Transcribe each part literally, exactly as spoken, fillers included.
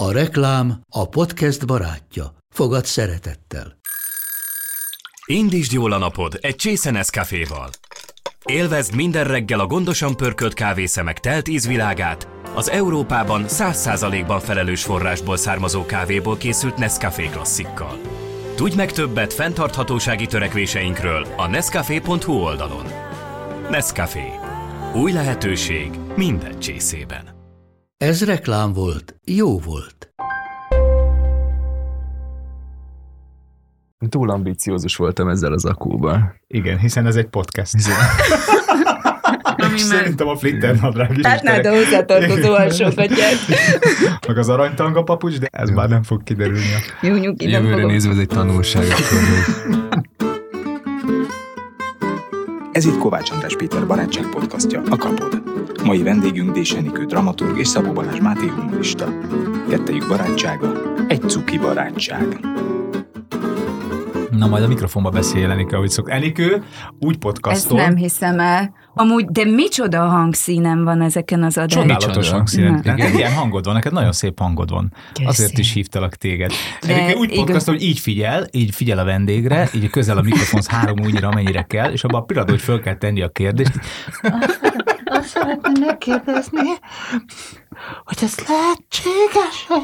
A reklám a podcast barátja. Fogad szeretettel. Indítsd jól a napod egy csésze Nescaféval. Élvezd minden reggel a gondosan pörkölt kávészemek telt ízvilágát, az Európában száz százalékban felelős forrásból származó kávéból készült Nescafé klasszikkal. Tudj meg többet fenntarthatósági törekvéseinkről a nescafé pont hu oldalon. Nescafé. Új lehetőség minden csészében. Ez reklám volt, jó volt. Túl ambiciózus voltam ezzel az akúban. Igen, hiszen ez egy podcast. Szerintem a flitter nadrág is. Hát nád a hozzátartozó alsógatyát. Meg az aranytanga papucs, de ez már nem fog kiderülni. Jó, nyugi, nem Jövőre fogom. nézve ez egy tanulság. Ez itt Kovács András Péter barátság podcastja, a Kapod. Mai vendégünk Déss Enikő dramaturg és Szabó Balázs Máté humorista. Kettejük barátsága, egy cuki barátság. Na majd a mikrofonba beszél Enikő, ahogy szok. Enikő úgy podcastol. Ezt nem hiszem el. Amúgy, de micsoda hangszínem van ezeken az adásokon. Csodálatos Micsoda? hangszínen. Na. Neked ilyen hangod van, neked nagyon szép hangod van. Köszi. Azért is hívtalak téged. De Enikő úgy igaz- podcastol, hogy így figyel, így figyel a vendégre, így közel a mikrofonhoz három újnyira, amennyire kell, és abban a pillanatban, hogy föl kell tenni a kérdést. Azt szeretném megkérdezni, hogy ez lehetséges, hogy...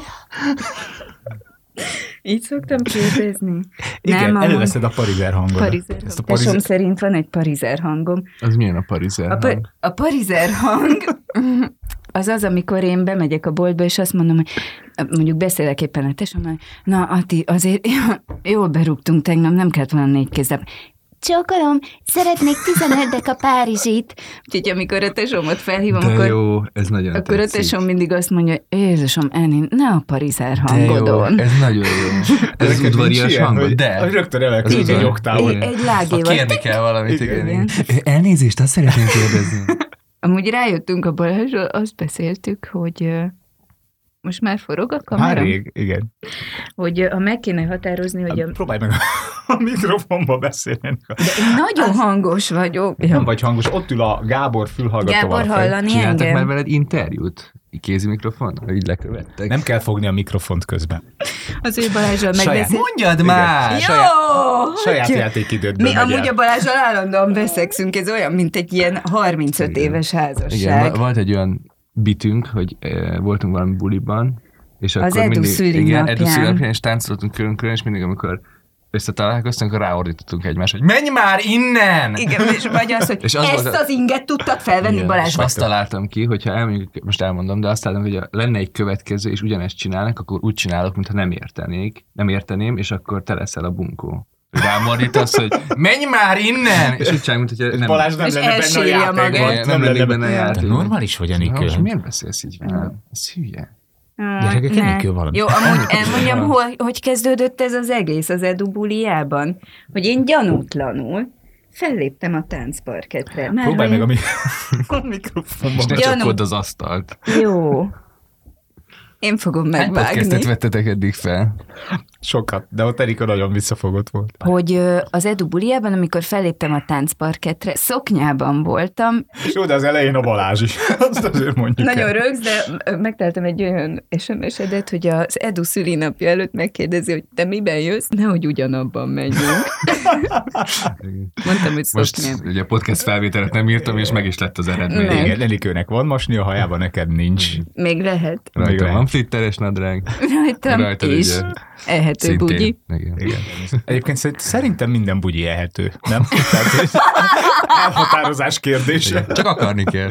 Így szoktam kérdezni. Igen, amúgy előveszed a parizer hangot. Parizer Ezt a hang. Tesom parizer... szerint van egy parizer hangom. Az milyen a parizer? A, pa- a parizer hang az az, amikor én bemegyek a boltba, és azt mondom, hogy mondjuk beszélek éppen a tesommal, na Ati, azért jól berúgtunk tegnap, nem kellett volna négy kézzel. Csókolom, szeretnék tizenöt deka Párizsit. Úgyhogy amikor a tesómat felhívom, De akkor, jó, ez nagyon akkor a tetszik. tesom mindig azt mondja, hogy Jézusom, Eni, ne a parizer De jó, hangodon. ez nagyon jó. Ez az udvarias hangod, de... Hogy rögtön elkezdődik Igen. egy oktávot. Egy, egy lágéval. Ha kérni kell valamit, igen. Igen. igen. Elnézést, azt szeretném kérdezni. Amúgy rájöttünk a Balázsról, azt beszéltük, hogy ö, most már forog a kamera? Már rég, igen. Hogy ö, ha meg kéne határozni, hogy a... Próbálj meg a mikrofonba beszélni. De én nagyon hangos vagyok. Nem vagy hangos, ott ül a Gábor fülhallgatóval. Gábor a fej. hallani Csináltak már engem. veled interjút? Kézi mikrofon? Hogy így lekövettek? Nem kell fogni a mikrofont közben. Az ő Balázsral Saját. megbeszél. Mondjad már! Jó! Saját hogy- játékidődből Mi megy amúgy el. a Balázsral állandóan beszexünk, ez olyan, mint egy ilyen harmincöt Igen. éves Igen, házasság. va- volt egy olyan bitünk, hogy e, voltunk valami buliban, és Az akkor Edu mindig, szülinapján. igen, Edu szülinapján, és táncoltunk külön-külön, és mindig, amikor összetalálkoztunk, akkor ráordítottunk egymást, hogy menj már innen! Igen, és vagy az, hogy És az ezt volt a- az inget tudtad felvenni Igen. És Balázsra. azt találtam ki, hogyha elmondjuk, most elmondom, de azt találtam, hogy ha lenne egy következő, és ugyanezt csinálnak, akkor úgy csinálok, mintha nem értenék, nem érteném, és akkor te leszel a bunkó. Rám ordítasz, hogy menj már innen! És úgy csinálom, mint hogyha nem, Balázs nem És lenne benne a elsírja játékban. magát. nem, nem lennék benne a Te játékban. normális vagy, Enikő? Most miért beszélsz így velem? Ez hülye. Gyerekek, Ne. Enikő valami. Jó, amúgy elmondjam, hogy, hogy kezdődött ez az egész az Edu buliában, hogy én gyanútlanul felléptem a táncparketre. Már Próbálj vagy- meg a, mi- a mikrofonba. És ne Gyanú. csapkodd az asztalt. Jó. Én fogom Hány podcastet megvágni. vettetek eddig fel? Sokat, de ott Erika nagyon visszafogott volt. Hogy ö, az Edu buliában, amikor felléptem a táncparketre, szoknyában voltam. És oda az elején a Balázs is. Azt azért mondjuk Nagyon el. rögz, de ö, megtaláltam egy olyan es em es-edet, hogy az Edu szülinapja előtt megkérdezi, hogy te miben jössz, nehogy ugyanabban menjünk. Mondtam, hogy Most szoknyám. ugye a podcast felvételet nem írtam, és meg is lett az eredmény. Nem. Igen, Enikőnek van masni a hajában, neked nincs. Még lehet. Még Rajta lehet. van flitteres nadrág. Rajtam Rajtad is. ugye Ehető szintén. bugyi. Igen. Igen. Egyébként szerint- szerintem minden bugyi ehető, nem? Tehát, hogy elhatározás kérdése. Csak akarni kell.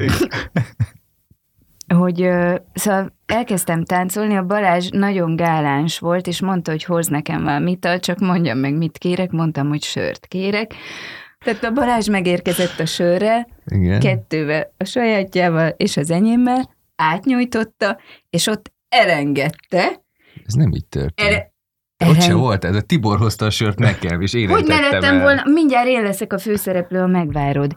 Hogy ö, szóval elkezdtem táncolni, a Balázs nagyon gáláns volt, és mondta, hogy hoz nekem valami italt, csak mondjam meg, mit kérek, mondtam, hogy sört kérek. Tehát a Balázs megérkezett a sörre, Igen. kettővel, a sajátjával és az enyémmel, átnyújtotta, és ott elengedte. Ez nem így történt. Ele- De ott se eleng- volt ez, a Tibor hozta a sört nekem, és én Hogy ne öntettem lettem el. volna, mindjárt én leszek a főszereplő, ha megvárod.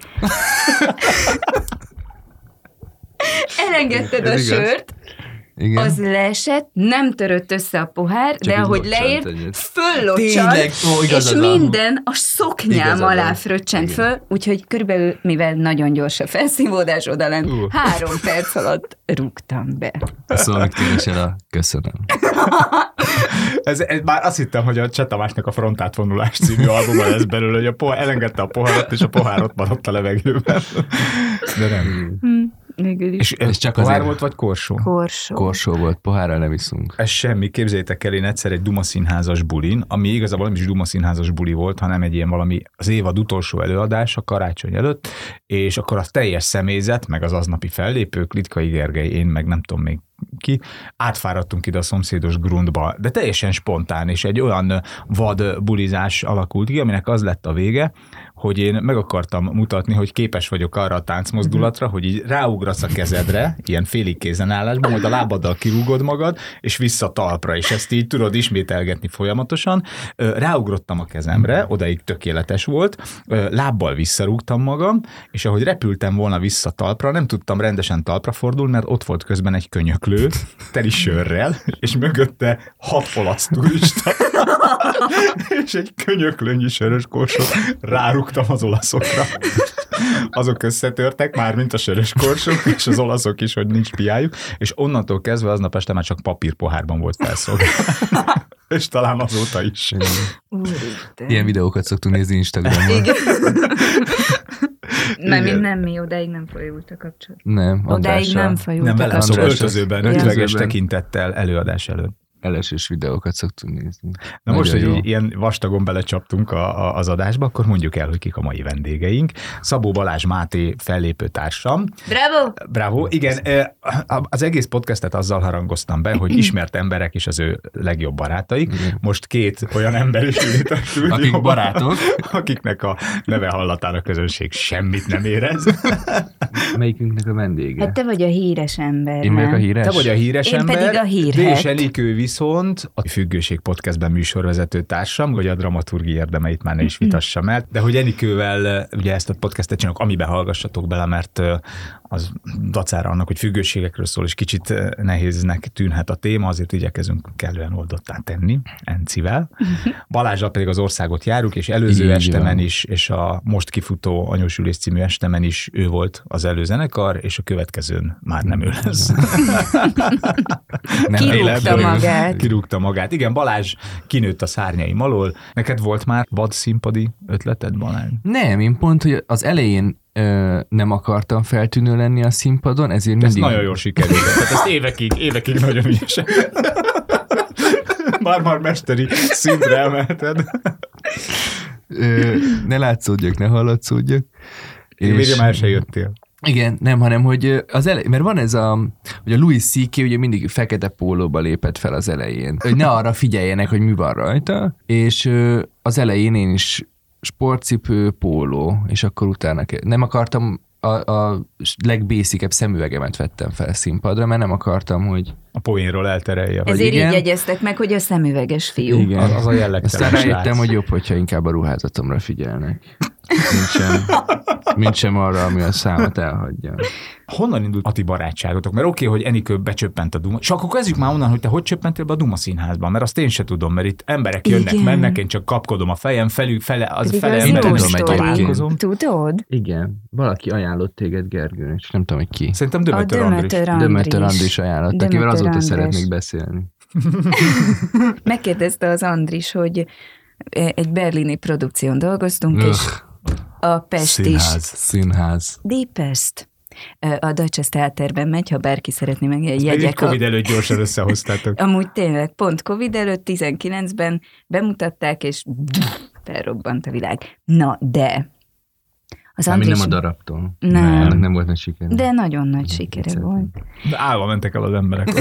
Elengedted a Ez igaz. sört, Igen. az leesett, nem törött össze a pohár, Csak de így ahogy locsant leért, egyet. föllocsant, Tényleg? Ó, és igazad van. minden a szoknyám Igazad alá van. fröccsent Igen. föl, úgyhogy körülbelül, mivel nagyon gyors a felszívódás odalent, Uh. három perc alatt rúgtam be. Szóval meg tényleg a köszönöm. ez, ez már azt hittem, hogy a Cseh Tamásnak a Frontát-vonulás című albuma lesz belőle, hogy a pohár, elengedte a poharat, és a pohár ott maradt a levegőben. De nem. És ez csak pohár azért volt, vagy korsó? Korsó. Korsó volt, pohárral nem iszunk. Ez semmi, képzeljétek el, én egyszer egy Duma színházas bulin, ami igazából nem is Duma színházas buli volt, hanem egy ilyen valami az évad utolsó előadás a karácsony előtt, és akkor a teljes személyzet, meg az aznapi fellépők, Litkai Gergely, én meg nem tudom még ki, átfáradtunk ide a szomszédos Grundba, de teljesen spontán, és egy olyan vad bulizás alakult ki, aminek az lett a vége, hogy én meg akartam mutatni, hogy képes vagyok arra a táncmozdulatra, hogy így ráugrasz a kezedre, ilyen félig kézenállásban, majd a lábaddal kirúgod magad, és vissza talpra, és ezt így tudod ismételgetni folyamatosan. Ráugrottam a kezemre, odaig tökéletes volt, lábbal visszarúgtam magam, és ahogy repültem volna vissza talpra, nem tudtam rendesen talpra fordulni, mert ott volt közben egy könyöklő, teli sörrel, és mögötte hat olasz turista, és egy könyöklőnyi sörös korsót rárúgtam az olaszokra. Azok összetörtek már, mint a sörös korsók, és az olaszok is, hogy nincs piájuk, és onnantól kezdve aznap este már csak papírpohárban volt felszolgálva. És talán azóta is. Ilyen videókat szoktunk nézni Instagramon. Igen. Nem, én nem mi, odáig nem folyult a kapcsolat. Nem, odáig nem folyult nem, a kapcsolat. kapcsolat. Öltözőben, ötveges tekintettel előadás előtt. Elesős videókat szoktunk nézni. Na Nagyon most, hogy jó. ilyen vastagon belecsaptunk a, a, az adásba, akkor mondjuk el, hogy kik a mai vendégeink. Szabó Balázs Máté fellépő társam. Bravo! Bravo, igen. Az egész podcastet azzal harangoztam be, hogy ismert emberek és az ő legjobb barátaik. Most két olyan ember is ül itt a stúdióban, akik barátok, akiknek a neve hallatán a közönség semmit nem érez. Melyikünknek a vendége? Hát te vagy a híres ember. Én vagyok a híres? Te vagy a híres Én ember. pedig a hírhet. És Enikő viszont a Függőség podcastben műsorvezető társam, hogy a dramaturgi érdemeit már ne is vitassam el, de hogy Enikővel ugye ezt a podcastet csinálok, amiben hallgassatok bele, mert az dacára annak, hogy függőségekről szól, és kicsit nehéznek tűnhet a téma, azért igyekezünk kellően oldottá tenni Encivel. Balázsral pedig az országot járjuk, és előző Így estemen van. is, és a most kifutó Anyósülés című estemen is ő volt az előzenekar, és a következőn már nem ő lesz. Nem, Kirúgta magát. Kirúgta magát. Igen, Balázs kinőtt a szárnyaim alól. Neked volt már vad színpadi ötleted, Balázs? Nem, én pont, hogy az elején ö, nem akartam feltűnő lenni a színpadon, ezért Ez mindig... nagyon jól sikerült. Tehát ezt évekig, évekig nagyon ügyesen. Már-már mesteri szintre emelted. Ö, ne látszódjak, ne hallatszódjak. Én még már se jöttél. Igen, nem, hanem, hogy az elej, mert van ez a, hogy a Louis cé ká ugye mindig fekete pólóba lépett fel az elején, hogy ne arra figyeljenek, hogy mi van rajta, és ö, az elején én is sportcipő, póló, és akkor utána ke- nem akartam a, a legbészikebb szemüvegemet vettem fel színpadra, mert nem akartam, hogy... A poénról elterelje. Ezért igen. így jegyeztek meg, hogy a szemüveges fiú. Igen. Az, az a jellegtelen Aztán rájöttem, srác. hogy jobb, hogyha inkább a ruházatomra figyelnek. Mint sem, mint sem arra, ami a számot elhagyja. Honnan indult a ti barátságotok? Mert oké, okay, hogy Enikő becsöppent a Duma. És akkor kezdjük már onnan, hogy te hogy csöppentél be a Duma színházban, mert azt én se tudom, mert itt emberek jönnek, Igen. mennek, én csak kapkodom a fejem, felül, fele, az Pedig fele az én jó emberek tudom sztori. találkozom. Tudod? Igen. Valaki ajánlott téged Gergőnek, és nem tudom, hogy ki. Szerintem A Dömötör Andris. Dömötör Andris. Dömötör Andris ajánlott, akivel Dömötör azóta Andris. szeretnék beszélni. Megkérdezte az Andris, hogy egy berlini produkción dolgoztunk, és a Pest is. Színház. Színház. Die Pest. A Deutsches Theaterben megy, ha bárki szeretné meg egy Egy jegyek. Covid előtt gyorsan összehoztátok. Amúgy tényleg, pont Covid előtt tizenkilencben bemutatták, és felrobbant a világ. Na, de az Ami Andris... nem a darabtól. Nem. Annak nem volt nagy siker. De nagyon nagy sikere volt. De állva mentek el az emberek.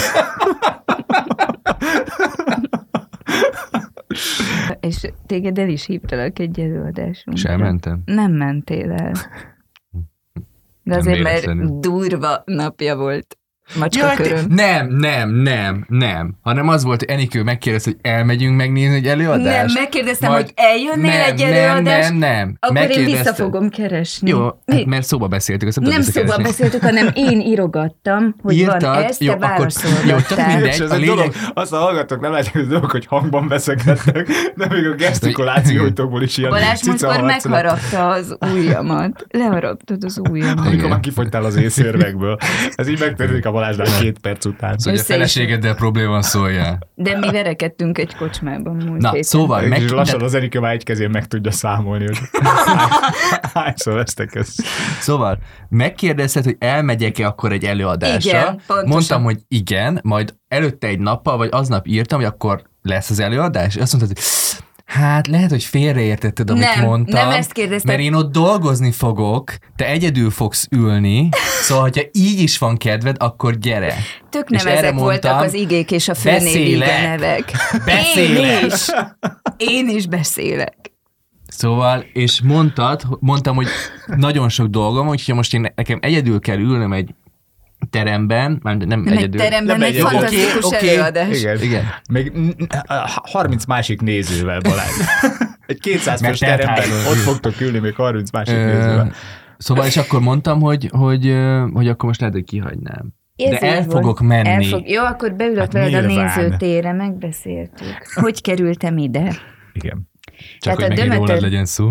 És téged el is hívtalak egy előadásunkra. És elmentem? Nem mentél el. De Nem azért, mert véletlenül. durva napja volt. Macska Jaj, te- köröm. nem, nem, nem, nem. Hanem az volt, hogy Enikő megkérdezte, hogy elmegyünk megnézni egy előadást. Nem, megkérdeztem, Vagy- hogy eljönnél nem, egy előadást, Nem, nem, nem. akkor én Megkérdezte- vissza fogom keresni. Jó, Mi? hát mert szóba beszéltük. Azt Nem tudod szóval visszakeresni. beszéltük, hanem én írogattam, hogy Írtad? van ez, te Jó, akkor- jó, válaszolgattál. tök mindegy. És ez a egy lényeg- dolog, azt a hallgatók nem látják, hogy dolog, hogy hangban veszekedtek, de még a gesztikulációitokból is ilyen Balázs cica múltkor harc lett. megharapta az ujjamat. Leharaptad az ujjamat. Amikor már kifogytál az észérvekből. Ez így megtörténik a Balázsnál két perc után. Szóval a Össze is- feleségeddel probléma szóljál. De mi verekedtünk egy kocsmában múlt Na, héten. szóval És meg... lassan az Enikő már egy kezén meg tudja számolni, hogy hányszor vesztek ezt. Szóval megkérdezted, hogy elmegyek-e akkor egy előadásra. Igen, pontosan. Mondtam, hogy igen, majd előtte egy nappal, vagy aznap írtam, hogy akkor lesz az előadás, és azt mondtad, hogy hát lehet, hogy félreértetted, amit Nem, mondtam. nem ezt kérdeztem. Mert én ott dolgozni fogok, te egyedül fogsz ülni, szóval, hogyha így is van kedved, akkor gyere. Tök És nem erre ezek voltak mondtam, az igék és a főnév beszélek. nevek. Beszélek. Én is. Én is beszélek. Szóval, és mondtad, mondtam, hogy nagyon sok dolgom, úgyhogy most én nekem egyedül kell ülnöm egy teremben, már nem, Nem egy egyedül. teremben, Nem egy egyedül. fantasztikus Oké, oké. előadás. Igen. Igen. Még harminc másik nézővel, Balázs. Egy kétszáz fős Mert teremben teltházban. ott fogtok ülni még harminc másik Ö, nézővel. Szóval, és akkor mondtam, hogy, hogy, ö, hogy akkor most lehet, hogy kihagynám. Ez De el így volt. fogok menni. El fog... Jó, akkor beülök Hát veled a nyilván. nézőtérre, megbeszéltük. Hogy kerültem ide? Igen. Csak Tehát hogy a megint Demeter- rólad legyen szó.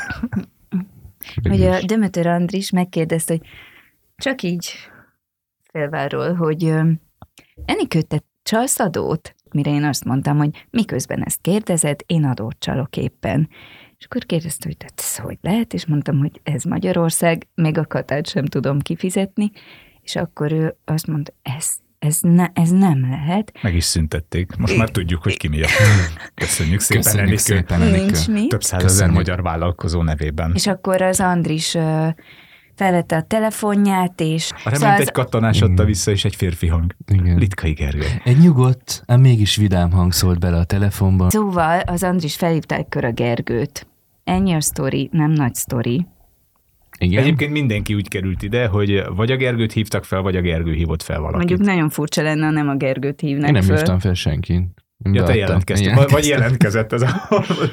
Hogy a Demeter Andris megkérdezte, hogy csak így felváról, hogy ö, Enikő, te csalsz adót? Mire én azt mondtam, hogy miközben ezt kérdezed, én adót csalok éppen. És akkor kérdezte, hogy tehát ez hogy lehet? És mondtam, hogy ez Magyarország, még a katát sem tudom kifizetni. És akkor ő azt mondta, ez, ez, ne, ez nem lehet. Meg is szüntették. Most már tudjuk, hogy ki miatt. Köszönjük szépen, Köszönjük Enikő. szépen, Enikő. Nincs mi. Több százezer Köszönjük. magyar vállalkozó nevében. És akkor az Andris ö, felvette a telefonját, és... A reményt egy katonás adta vissza, és egy férfi hang. Igen. Litkai Gergely. Egy nyugodt, ám mégis vidám hang szólt bele a telefonba. Szóval az Andris felhívta egykor a Gergőt. Ennyi a sztori, nem nagy sztori. Igen. Egyébként mindenki úgy került ide, hogy vagy a Gergőt hívtak fel, vagy a Gergő hívott fel valakit. Mondjuk nagyon furcsa lenne, ha nem a Gergőt hívnak Én nem föl. hívtam fel senkit. Én Ja, te beadtam. jelentkeztél. Igen. Vagy, vagy jelentkezett ez a...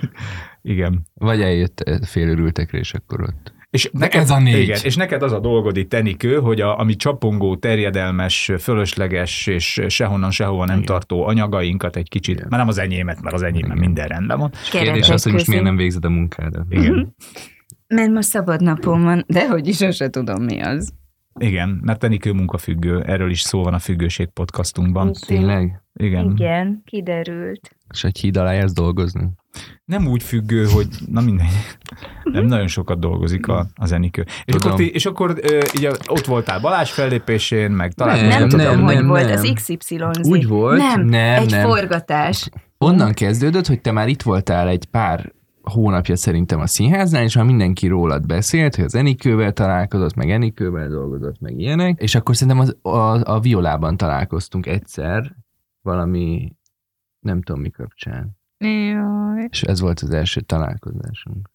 Igen. Vagy eljött félőrültekre, és akkor ott. És Neked ez a négy. Igen, és neked az a dolgod itt, Enikő, hogy a, ami csapongó, terjedelmes, fölösleges és sehonnan sehova nem Igen. tartó anyagainkat egy kicsit, Igen. mert nem az enyémet, mert az enyémben Igen. minden rendben van. Kérdés az, hogy most miért nem végzed a munkádat. Igen. Mert most szabad napom van, de hogy is, sose tudom mi az. Igen, mert Enikő munkafüggő, erről is szó van a Függőség podcastunkban. Tényleg? Igen. Igen, kiderült. És egy híd alá jársz dolgozni? Nem úgy függő, hogy na mindegy. Nem nagyon sokat dolgozik a, az Enikő. És Tudom. akkor, ti, és akkor ö, így a, ott voltál Balázs fellépésén, meg talán... Nem, Nem, tudom, nem, hogy nem, volt, nem. az iksz ipszilon zé. Úgy volt, Nem, nem, egy nem. forgatás. Onnan kezdődött, hogy te már itt voltál egy pár hónapja szerintem a színháznál, és már mindenki rólad beszélt, hogy az Enikővel találkozott, meg Enikővel dolgozott, meg ilyenek, és akkor szerintem az, a, a Violában találkoztunk egyszer, valami, nem tudom mi kapcsán. Jaj. És ez volt az első találkozásunk.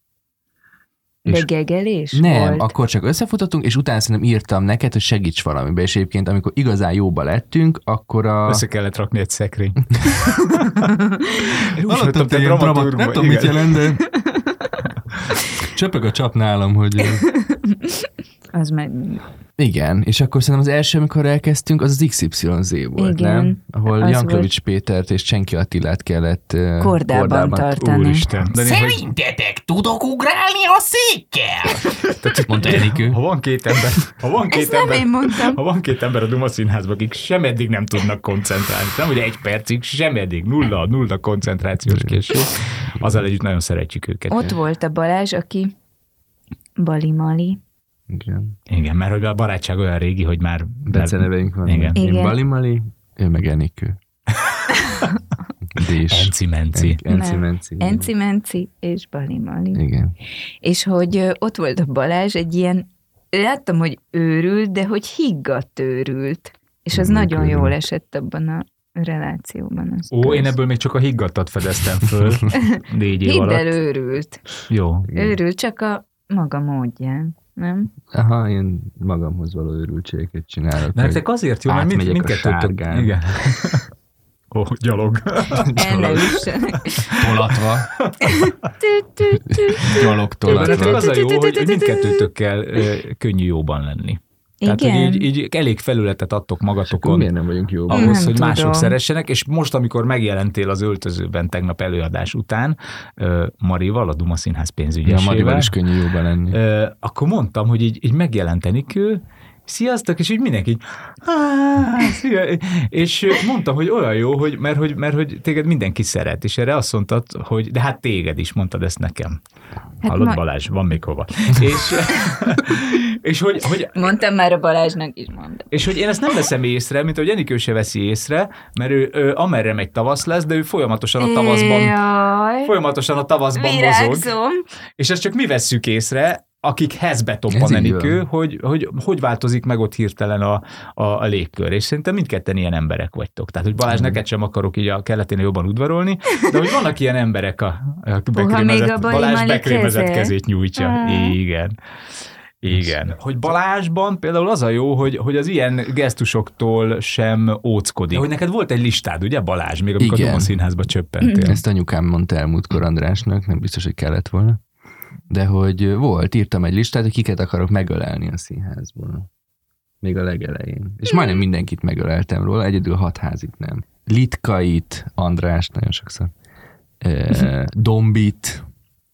De És gegelés nem, volt? akkor csak összefutottunk, és utána szerintem írtam neked, hogy segíts valamibe, és egyébként amikor igazán jóba lettünk, akkor a... Össze kellett rakni egy szekrény. Én úgy Hallottam, voltam, te te ilyen dramat, dramaturgban, nem tudom, mit igen. jelent, de csöpög a csap nálam, hogy... Az meg... Igen, és akkor szerintem az első, amikor elkezdtünk, az az iksz ipszilon zé volt, Igen, nem? Ahol az Jankovics Pétert és Csenki Attilát kellett uh, Kordában tartani. Úristen. De néha, hogy, Szerintetek tudok ugrálni a székkel? mondta Enikő. ha van két ember, ha van két Ezt nem ember, én mondtam. ha van két ember a Duma Színházban, akik sem eddig nem tudnak koncentrálni, nem ugye egy percig, sem eddig, nulla, nulla koncentrációs készség, azzal együtt nagyon szeretjük őket. Ott volt a Balázs, aki Bali Mali. Igen. Igen, mert hogy a barátság olyan régi, hogy már... Beceneveink van. Igen. Én Igen. Bali Mali, ő meg Enikő. Dés. Enci Menci. Enci Nem. Menci. Enci Menci és Bali Mali. Igen. És hogy ö, ott volt a Balázs egy ilyen, láttam, hogy őrült, de hogy higgadt őrült. És az Meg nagyon őrült. jól esett abban a relációban. Az Ó, én ebből még csak a higgadtat fedeztem föl négy év Hidd el, alatt. őrült. Jó. Őrült, csak a maga módján, nem? Aha, én magamhoz való őrültségeket csinálok. Nektek azért jó, mert mind, átmegyek a mindkettőtök... sárgán. Igen. Ó, gyalog. El ne üssenek. Tolatva. Tü, tü, tü. Gyalog De nektek tolatva. az a jó, hogy hogy mindkettőtökkel ö, könnyű jóban lenni. Tehát, hogy Igen. így, így elég felületet adtok Akkor magatokon miért nem vagyunk jó? ahhoz, Nem hogy mások tudom. szeressenek, és most, amikor megjelentél az öltözőben tegnap előadás után, ö, Marival, a Duma Színház Ja, pénzügyesével, Marival is könnyű jóba lenni. ö, akkor mondtam, hogy így, így megjelent Enikő, és sziasztok, és így mindenki így, szia, és mondta, hogy olyan jó, hogy, mert, hogy, mert hogy téged mindenki szeret, és erre azt mondtad, hogy de hát téged is mondtad ezt nekem. Hát hallod, ma... Balázs, van még hova. és, és hogy, hogy... Mondtam már a Balázsnak is, mondom. És hogy én ezt nem veszem észre, mint hogy Enikő se veszi észre, mert ő, ő amerre megy tavasz lesz, de ő folyamatosan a tavaszban, Jaj. folyamatosan a tavaszban mozog. És ezt csak mi vesszük észre, akikhez betoppan Enikő, hogy, hogy hogy változik meg ott hirtelen a, a, a légkör. És szerintem mindketten ilyen emberek vagytok. Tehát, hogy Balázs, mm. neked sem akarok így a kelleténél jobban udvarolni, de hogy vannak ilyen emberek, a, a bekrémezett, Balázs bekrémezett keze. kezét nyújtja. Ah. Igen. Igen. Hogy Balázsban például az a jó, hogy, hogy az ilyen gesztusoktól sem óckodik. Hogy neked volt egy listád, ugye Balázs, még amikor Igen. a Duma Színházba csöppentél. Ezt anyukám mondta el múltkor Andrásnak, nem biztos, hogy kellett volna. De hogy volt, írtam egy listát, hogy kiket akarok megölelni a színházból. Még a legelején. És majdnem mindenkit megöleltem róla, egyedül Hatházit nem. Litkait, András, nagyon sokszor. E, Dombit.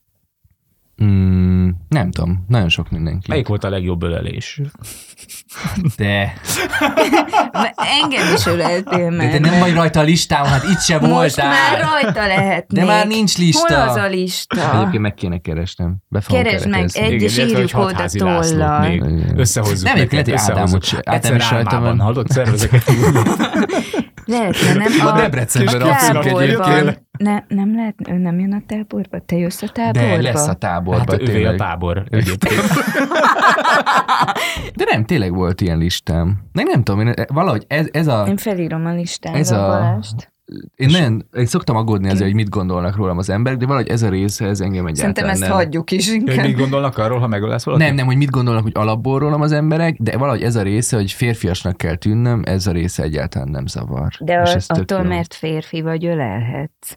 Mm, nem tudom, nagyon sok mindenki. Melyik volt a legjobb ölelés? De... Engem is öleltél meg. De te nem vagy rajta a listámon, hát itt se voltál. Most már rajta lehetnék. De már nincs lista. Hol az a lista? Egyébként meg kéne keresnem. Be fogom Keresd meg, kerekezni. egy és írjuk oda tollal. Összehozzuk. Nem, egyébként lehet, hogy Ádámot se. Egyszer is rajta van. Hallott szervezeket? Lehetne, nem? A, a Debrecenben rakszunk egyébként. Ne, nem lehet, ő nem jön a táborba? Te jössz a táborba? De lesz a táborba. Hát ővé a tábor egyébként. De nem, tényleg volt ilyen listám. Meg nem tudom, én, valahogy ez, ez a... Én felírom a listára ez a Balást. Én, nagyon, én szoktam aggódni azért, hogy mit gondolnak rólam az emberek, de valahogy ez a része, ez engem egyáltalán Szerintem ezt nem. hagyjuk is inkább. Hogy mit gondolnak arról, ha megölesz valaki? Nem, nem, hogy mit gondolnak, hogy alapból rólam az emberek, de valahogy ez a része, hogy férfiasnak kell tűnnöm, ez a része egyáltalán nem zavar. De az, attól, mert férfi vagy, ölelhetsz.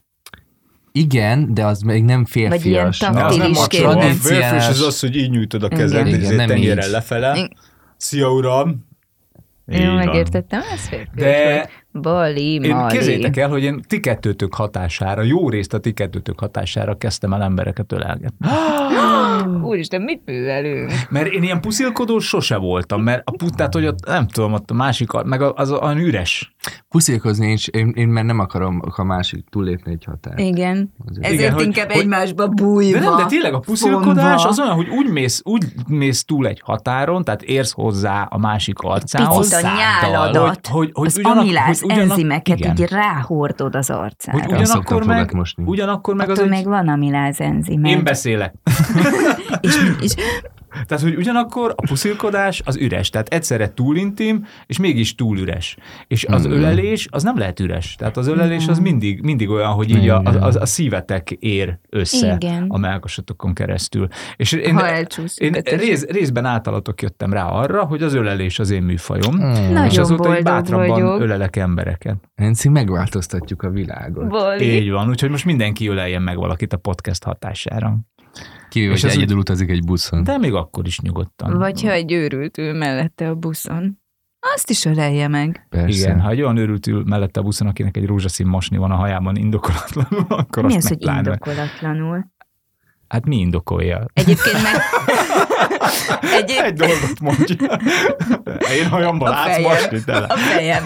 Igen, de az még nem férfias. Vagy ilyen taktilisként. Férfias az az, hogy így nyújtod a kezed, ezért tenyérrel lefele. Szia, uram! Jó, megértettem, ez férfias de... volt. Bali, én Mali. Képzeljétek el, hogy én ti kettőtök hatására, jó részt a ti kettőtök hatására kezdtem el embereket ölelgetni. Úristen, mit művelünk? Mert én ilyen puszilkodó sose voltam, mert a puttát, hogy ott, nem tudom, ott a másik, meg az olyan üres. Puszilkozni én, én, én már nem akarom a másik túllépni egy határt. Igen. Azért. Ezért Igen, inkább hogy, egymásba bújva. De nem, de tényleg a puszilkodás az olyan, hogy úgy mész, úgy mész túl egy határon, tehát érsz hozzá a másik arcához. Picit a nyáladat, hogy, hogy, hogy az ugyanak, amilász hogy ugyanak, enzimeket igen. így ráhordod az arcára. Hogy ugyanakkor meg, ugyanakkor meg az egy... egy... meg van amiláz enzimet. Én beszélek. és, és... Tehát, hogy ugyanakkor a puszilkodás az üres, tehát egyszerre túl intim, és mégis túl üres. És az mm. ölelés, az nem lehet üres. Tehát az ölelés az mindig, mindig olyan, hogy így a, a, a szívetek ér össze igen. a mellkasatokon keresztül. És én, én rész, részben általatok jöttem rá arra, hogy az ölelés az én műfajom. Mm. És azóta, hogy bátrabban vagyok. Ölelek embereket. Enci, megváltoztatjuk a világot. Boli. Így van, úgyhogy most mindenki öleljen meg valakit a podcast hatására. Kivéve, hogy egyedül úgy... utazik egy buszon. De még akkor is nyugodtan. Vagy ha egy őrült ül mellette a buszon. Azt is ölelje meg. Persze. Igen, ha egy olyan őrült ül mellette a buszon, akinek egy rózsaszín mosni van a hajában indokolatlanul, akkor mi azt az, hogy indokolatlanul? Hát mi indokolja? Egyébként meg... Egyéb... Egy dolgot mondja. Én hajamban látsz mosni tele. A fejem.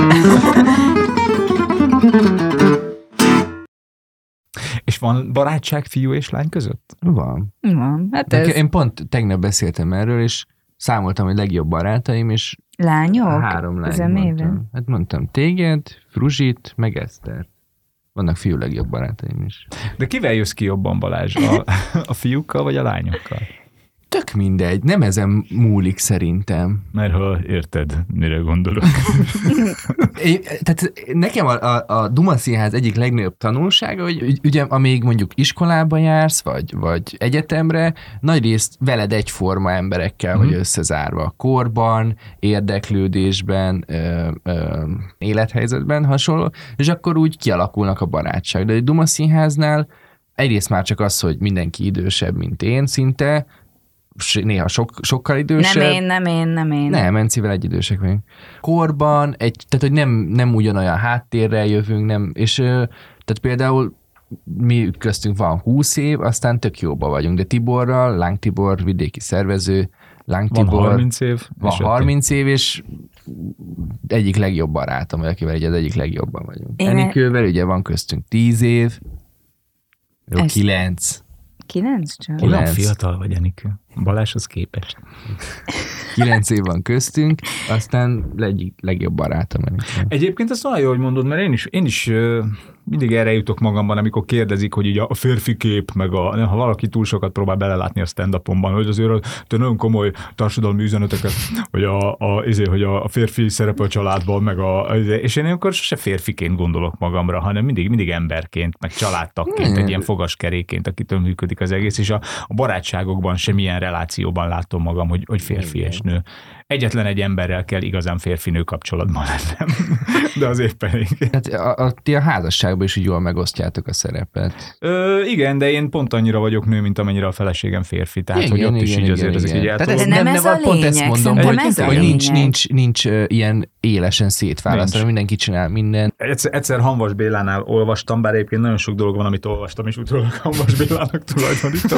És van barátság fiú és lány között? Van. Van. Hát ez... ez... Én pont tegnap beszéltem erről, és számoltam, hogy legjobb barátaim, és lányok? Három lány mondtam. Hát mondtam téged, Fruzsit, meg Esztert. Vannak fiú legjobb barátaim is. De kivel jössz ki jobban, Balázs? A, a fiúkkal vagy a lányokkal? Tök mindegy, nem ezen múlik szerintem. Mert ha érted, mire gondolok. É, tehát nekem a, a, a Duma Színház egyik legnagyobb tanulsága, hogy ugye amíg mondjuk iskolába jársz, vagy, vagy egyetemre, nagyrészt veled egyforma emberekkel vagy mm. összezárva korban, érdeklődésben, ö, ö, élethelyzetben hasonló, és akkor úgy kialakulnak a barátság. De a Duma Színháznál egyrészt már csak az, hogy mindenki idősebb, mint én szinte, néha sok, sokkal idősebb. Nem én, nem én, nem én. Nem, Encivel egy idősek vagyunk. Korban, egy, tehát hogy nem, nem ugyanolyan háttérrel jövünk, nem, és tehát például mi köztünk van húsz év, aztán tök jóba vagyunk, de Tiborral, Láng Tibor, vidéki szervező, Láng Van Tibor, harminc év. van és harminc év, és egyik legjobb barátom, vagy akivel egy az egyik legjobban vagyunk. Én- Enikővel ugye van köztünk tíz év, jó, Ez- kilenc. Kilenc csak? Olyan kilenc. fiatal vagy, Enikő. Balázshoz képest. Kilenc év van köztünk, aztán egyik legjobb barátom. Enikő. Egyébként azt olyan jó, hogy mondod, mert én is, én is ö, mindig erre jutok magamban, amikor kérdezik, hogy így a férfi kép, meg a, ha valaki túl sokat próbál belelátni a stand-upomban, hogy azért te nagyon komoly társadalmi üzeneteket, hogy a, a, ezért, hogy a férfi szerepe a családban, meg a, és én akkor sose férfiként gondolok magamra, hanem mindig, mindig emberként, meg családtagként, egy ilyen fogaskerékként, akitől működik az egész, és a, a barátságokban semmilyen relációban látom magam, hogy, hogy férfi és nő. Egyetlen egy emberrel kell igazán férfi-nő kapcsolatban lennem, de az éppen igen. Hát a, a, ti a házasságban is így jól megosztjátok a szerepet. Ö, igen, de én pont annyira vagyok nő, mint amennyire a feleségem férfi, tehát Igen, hogy ott is igen, így igen, azért ezek igen. így Tehát eltolódnak. De nem ez a pont ezt lényeg, mondom, szerintem hogy, ez a hogy nincs, lényeg. nincs, nincs uh, ilyen élesen szétválasztva, Nincs. mindenki csinál mindent. Egyszer, egyszer Hanvas Bélánál olvastam, bár egyébként nagyon sok dolog van, amit olvastam, és utólag Hanvas Bélának tulajdonítom.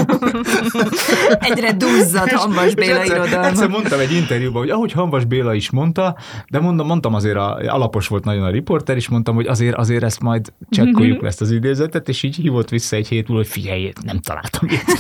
Egyre duzzad Hanvas Béla egyszer, egyszer irodalma. mondtam egy interjúban, hogy ahogy Hanvas Béla is mondta, de mondom, mondtam azért, a, alapos volt nagyon a riporter, és mondtam, hogy azért, azért ezt majd csekkoljuk le ezt az idézetet, és így hívott vissza egy hét múlva, hogy figyelj, nem találtam ilyet.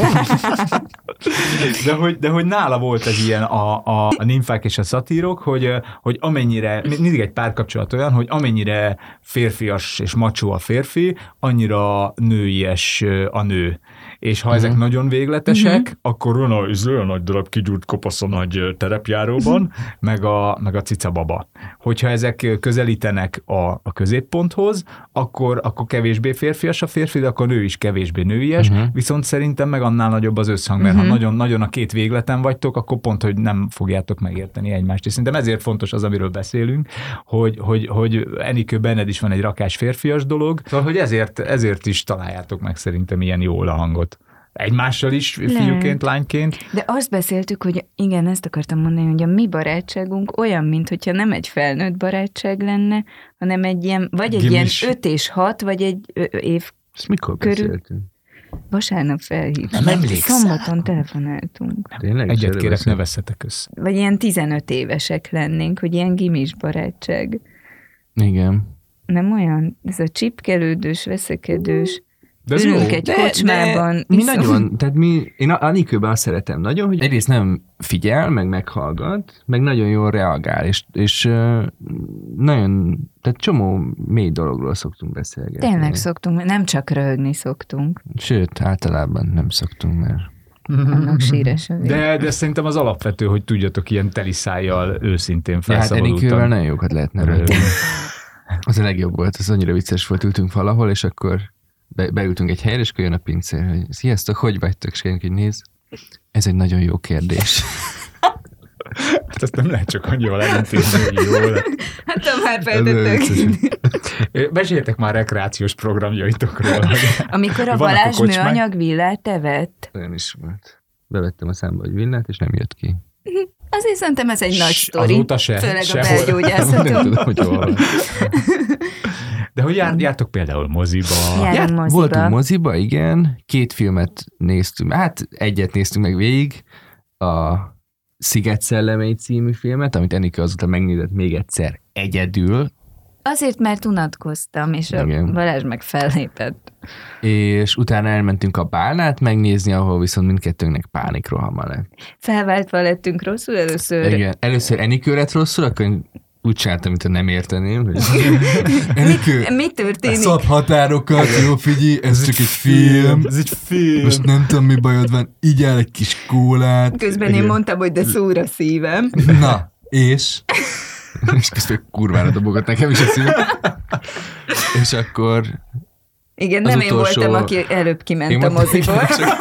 De hogy, de hogy nála volt ez ilyen a, a, a nimfák és a szatírok, hogy, hogy amennyire, mindig egy párkapcsolat olyan, hogy amennyire férfias és macsó a férfi, annyira nőies a nő. És ha uh-huh. ezek nagyon végletesek, uh-huh. akkor olyan, a, ez olyan nagy darab kigyúrt kopasz a nagy terepjáróban, meg a, meg a cicababa. Hogyha ezek közelítenek a, a középponthoz, akkor, akkor kevésbé férfias a férfi, de akkor a nő is kevésbé nőies, uh-huh. viszont szerintem meg annál nagyobb az összhang, mert uh-huh. ha nagyon, nagyon a két végleten vagytok, akkor pont, hogy nem fogjátok megérteni egymást. És szerintem ezért fontos az, amiről beszélünk, hogy, hogy, hogy Enikő, benned is van egy rakás férfias dolog, szóval, hogy ezért, ezért is találjátok meg szerintem ilyen jól a hangot. Egymással is, fiúként, lányként. De azt beszéltük, hogy igen, ezt akartam mondani, hogy a mi barátságunk olyan, mintha nem egy felnőtt barátság lenne, hanem egy ilyen, vagy egy Gimis. ilyen öt és hat, vagy egy ö- ö- év Ezt mikor körül. beszéltünk? Vasárnap felhívtam. Nem emlékszem. Szombaton telefonáltunk. Tényleg? Egyet Erről kérek, beszéltünk? ne vesszetek össze. Vagy ilyen tizenöt évesek lennénk, hogy ilyen gimis barátság. Igen. Nem olyan? Ez a csipkelődős, veszekedős, De ez ülünk jó. egy kocsmában. mi iszunk. nagyon, tehát mi, én a Anikőben azt szeretem nagyon, hogy egyrészt nem figyel, meg meghallgat, meg nagyon jól reagál, és, és uh, nagyon, tehát csomó mély dologról szoktunk beszélgetni. Tényleg szoktunk, nem csak röhögni szoktunk. Sőt, általában nem szoktunk, mert Annak síres a vég. De, de szerintem az alapvető, hogy tudjatok ilyen teliszájjal őszintén ja, hát felszabadultan. Enikővel nagyon jókat lehetne röhögni. Az a legjobb volt, az annyira vicces volt, ültünk valahol, és akkor be, beültünk egy helyre, és akkor jön a pincér, hogy sziasztok, hogy vagytok? És én így néz, ez egy nagyon jó kérdés. Hát ezt nem lehet csak annyival elintézni, hogy jó lett. Hát ha már Ez feltettök. Meséljetek már rekreációs programjaitokról. Amikor a Vannak a Balázs kocsmák? műanyag villát evett, Olyan is volt. Bevettem a számba egy villát, és nem jött ki. azért szerintem ez egy nagy Ss, sztori. azóta se, Főleg a sehol. Nem belgyógyászaton. tudom, hogy hol van. De hogy jár, jártok például moziba? Jár- Járt, moziba. voltunk moziba, igen. Két filmet néztünk. Hát egyet néztünk meg végig. A Sziget szellemei című filmet, amit Enikő azóta megnézett még egyszer egyedül, Azért, mert unatkoztam, és a Igen. Balázs meg fellépett. és utána elmentünk a Bálnát megnézni, ahol viszont mindkettőnknek pánikrohama lett. Felváltva lettünk rosszul először. Igen, először Enikő lett rosszul, akkor én úgy csináltam, mintha nem érteném. Hogy Enikő, Mi történik? szab határokat, jó figyelj, ez csak egy film. Ez egy film. Most nem tudom, mi bajod van, igyál egy kis kólát. Közben én mondtam, hogy de szúr a szívem. Na, és? És közben kurvára dobogott nekem is a szív. És akkor... Igen, Az nem én utolsó- voltam, aki előbb kiment Én a mondtam, moziból.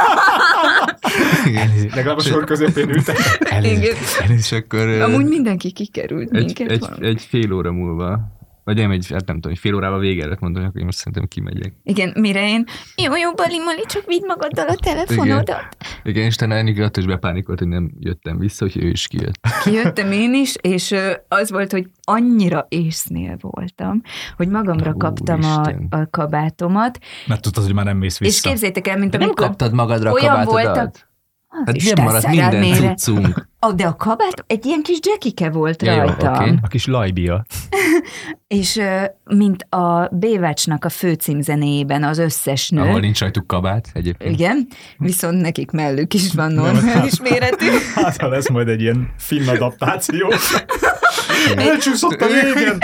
Igen. Legalább a sor közepén ültek. Igen. És akkor... ö, Amúgy mindenki kikerült egy, minket. egy, valami. egy fél óra múlva, vagy nem, egy, hát nem tudom, egy fél órával vége előtt mondom, hogy akkor én most szerintem kimegyek. Igen, mire én, jó, jó, Bali, Mali, csak vidd magaddal a telefonodat. Igen, és utána Enikő attól is bepánikolt, hogy nem jöttem vissza, hogy ő is kijött. Kijöttem én is, és ö, az volt, hogy annyira észnél voltam, hogy magamra Ó, kaptam a, Isten. a kabátomat, Mert tudtad, hogy már nem mész és vissza. képzétek el, mint De nem amikor kaptad magadra a olyan kabátodat? voltak- Hát nem maradt minden cuccunk. Oh, de a kabát, egy ilyen kis jackike volt ja, rajta. Jó, okay. A kis lajbia. És mint a Baywatch-nak a főcímzenéjében az összes nő. Ahol nincs rajtuk kabát egyébként. Igen, viszont nekik mellük is van normális méretű. Hát, ha lesz majd egy ilyen finn adaptáció. Elcsúszott a végén.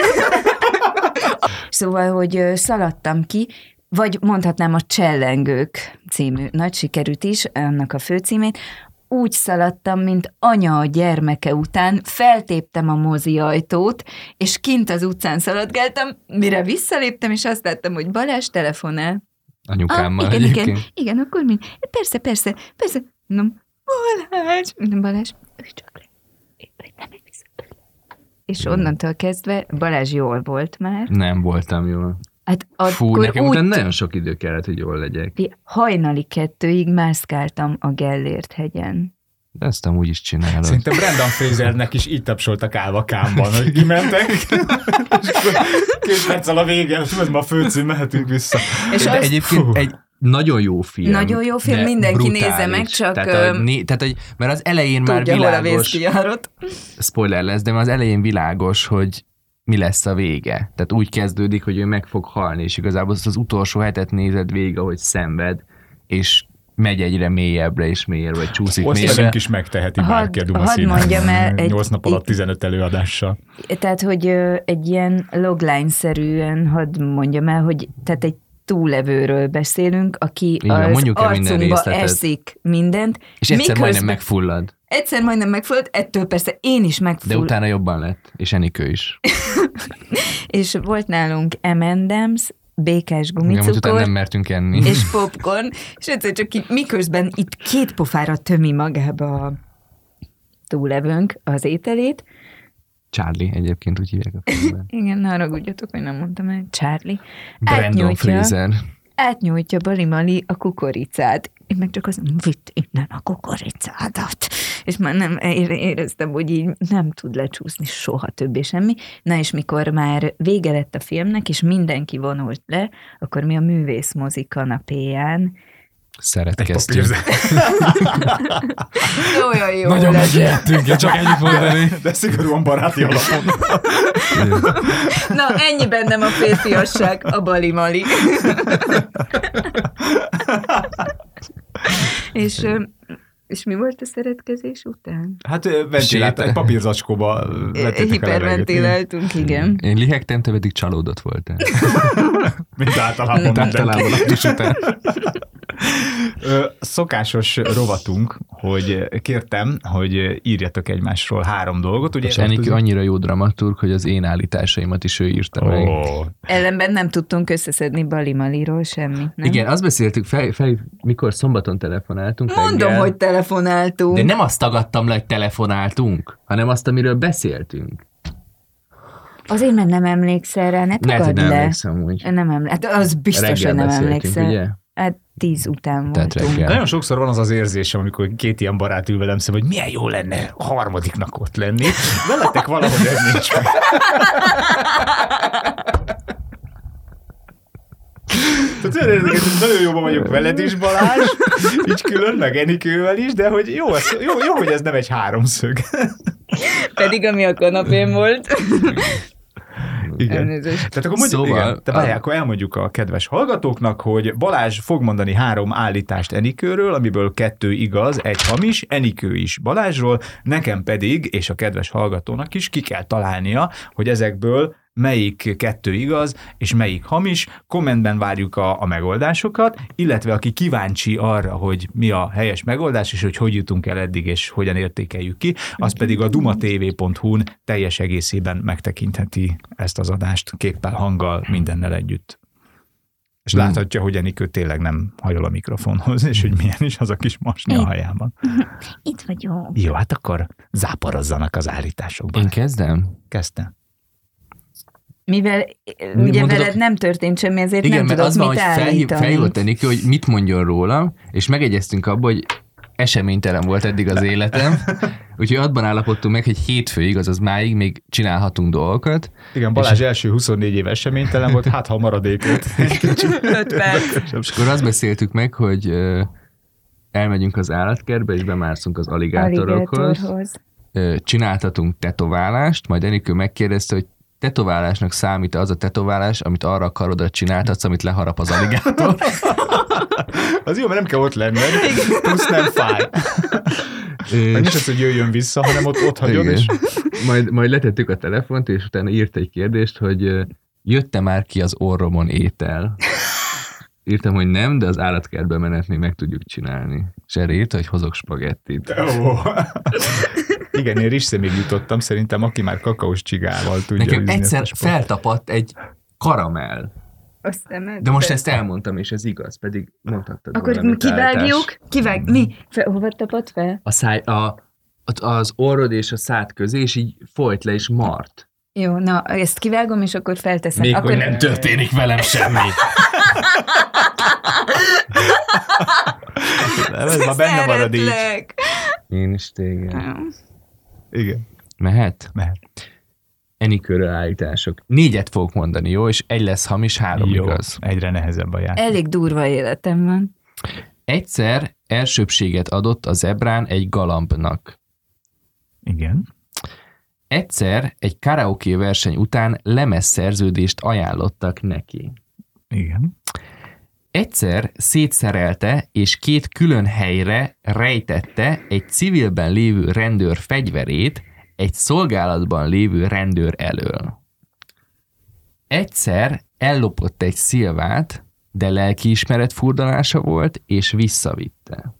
Szóval, hogy szaladtam ki, vagy mondhatnám a Csellengők című nagy sikerűt is, annak a főcímét, úgy szaladtam, mint anya a gyermeke után, feltéptem a mozi ajtót, és kint az utcán szaladgáltam, mire visszaléptem, és azt láttam, hogy Balázs telefonál. Anyukámmal ah, igen, egyébként. igen, igen, akkor mi? Persze, persze, persze. No, Balázs, Balázs, ő csak le. Nem vissza. És onnantól kezdve Balázs jól volt már. Nem voltam jól. Hát Fú, nekem úgy... utána nagyon sok idő kellett, hogy jól legyek. Hajnali kettőig mászkáltam a Gellért hegyen. De ezt amúgy is csinálod. Szerintem Brendan Frasernek is így tapsoltak állva kámban, hogy kimentek, és akkor két perccel a végén, és ez ma a főcím, mehetünk vissza. És de azt... egyébként Fú. egy nagyon jó film. Nagyon jó film, mindenki brutális. Nézze meg, csak... Tehát, a, né, tehát, hogy, mert az elején tudja, már világos... Tudja, hol a vészkijárat. Spoiler lesz, de már az elején világos, hogy mi lesz a vége. Tehát úgy kezdődik, hogy ő meg fog halni, és igazából az utolsó hetet nézed végig, ahogy szenved, és megy egyre mélyebbre és mélyebbre, vagy csúszik mélyebbre. Osztalénk is megteheti bárki a Duma Színházban. nyolc nap alatt tizenöt előadással. Tehát, hogy egy ilyen logline-szerűen, hadd mondjam el, hogy tehát egy túlevőről beszélünk, aki igen, az arcunkba eszik mindent. És egyszer majdnem megfullad. Egyszer majdnem megfullad, ettől persze én is megfullad. De utána jobban lett, és Enikő is. És volt nálunk em and em's, békás gumicukor. Igen, nem mertünk enni. És popcorn, és egyszer csak így, miközben itt két pofára tömi magába a túlevőnk az ételét. Charlie egyébként úgy hívják a filmben. Igen, ne haragudjatok, hogy nem mondtam el. Charlie. Brandon Fraser. Átnyújtja Bali-Mali a kukoricát. Én meg csak azt mondom, vitt innen a kukoricádat. És már nem éreztem, hogy így nem tud lecsúszni soha többé semmi. Na és mikor már vége lett a filmnek, és mindenki vonult le, akkor mi a művészmozi kanapéján szeretkeztünk. Olyan jó. Nagyon megijedtünk, én csak ennyit mondani. De szigorúan baráti alapon. Na, ennyi bennem a férfiasság, a Bali-Mali. és, és mi volt a szeretkezés után? Hát ventilátor, egy papírzacskóba hiperventiláltunk, igen. Én lihegtem, te pedig csalódott voltál. Mint általában. Mint általában a tus után. Szokásos rovatunk, hogy kértem, hogy írjatok egymásról három dolgot. Ugye és Enikő annyira jó dramaturg, hogy az én állításaimat is ő írta meg. Oh. Ellenben nem tudtunk összeszedni Bali-Maliról semmit, nem? Igen, azt beszéltük, fel, fel, mikor szombaton telefonáltunk. Mondom, reggel, hogy telefonáltunk. De nem azt tagadtam le, hogy telefonáltunk, hanem azt, amiről beszéltünk. Azért, mert nem emlékszel rá, ne tagad le. Nem emlékszem úgy. Nem emlékszem, az biztos, hogy nem emlékszel. Ugye? Hát tíz után voltunk. Nagyon sokszor van az az érzésem, amikor két ilyen barát ül velem szemben, hogy milyen jó lenne a harmadiknak ott lenni. Veletek valahogy ez nincs meg. Tehát nagyon jóban vagyok veled is, Balázs, így külön, meg Enikővel is, de hogy jó, ez, jó, jó, hogy ez nem egy háromszög. Pedig ami a kanapén volt. Igen. Tehát akkor mondjuk, szóval, igen, te várjál, akkor elmondjuk a kedves hallgatóknak, hogy Balázs fog mondani három állítást Enikőről, amiből kettő igaz, egy hamis, Enikő is Balázsról, nekem pedig, és a kedves hallgatónak is ki kell találnia, hogy ezekből melyik kettő igaz, és melyik hamis. Kommentben várjuk a, a megoldásokat, illetve aki kíváncsi arra, hogy mi a helyes megoldás, és hogy hogy jutunk el eddig, és hogyan értékeljük ki, az pedig a dumatv pont hu-n teljes egészében megtekintheti ezt az adást, képpel, hanggal, mindennel együtt. És hmm. láthatja, hogy Enikő tényleg nem hajol a mikrofonhoz, és hogy milyen is az a kis masni a hajában. Itt vagyok. Jó, hát akkor záporozzanak az állításokban. Én kezdem? Kezdtem. Mivel Mi ugye mondod, veled nem történt semmi, ezért igen, nem tudok az mit van, állítani. Felhívott Enikő, hogy mit mondjon rólam, és megegyeztünk abba, hogy eseménytelen volt eddig az életem, úgyhogy abban állapodtunk meg, hogy hétfőig, azaz máig még csinálhatunk dolgokat. Igen, Balázs és első huszonnégy év eseménytelen volt, hát ha maradék öt. öt perc. És akkor azt beszéltük meg, hogy elmegyünk az állatkertbe, és bemászunk az aligátorokhoz. Aligátorhoz. Csináltatunk tetoválást, majd Enikő megkérdezte, hogy tetoválásnak számít az a tetoválás, amit arra a karodra csináltatsz, amit leharap az aligátor. Az jó, mert nem kell ott lenned, plusz nem fáj. És... Nem is az, hogy jöjjön vissza, hanem ott, ott hagyod, és... Majd, majd letettük a telefont, és utána írt egy kérdést, hogy jött-e már ki az orromon étel? Írtam, hogy nem, de az állatkertbe menetnél meg tudjuk csinálni. És erre írta, hogy hozok spagettit. Ó. Igen, én rizszemig jutottam, szerintem aki már kakaós csigával tudja. Nekem egyszer feltapadt egy karamell. De most ezt elmondtam, és ez igaz, pedig mondhattad. Akkor mi kivágjuk? Kivág, mi? Fel, hova tapadt fel? A száj, a, az orrod és a szád közé, és így folyt le, és mart. Jó, na, ezt kivágom, és akkor felteszem. Még akkor... hogy nem történik velem semmi. Ez ma benne marad így. Én is téged. Igen. Mehet? Mehet. Enikőről állítások. Négyet fogok mondani, jó? És egy lesz hamis, három jó, igaz. Egyre nehezebb a játék. Elég durva életem van. Egyszer elsőbséget adott a zebrán egy galambnak. Igen. Egyszer egy karaoke verseny után lemezszerződést ajánlottak neki. Igen. Egyszer szétszerelte és két külön helyre rejtette egy civilben lévő rendőr fegyverét egy szolgálatban lévő rendőr elől. Egyszer ellopott egy szilvát, de lelkiismeret furdalása volt, és visszavitte.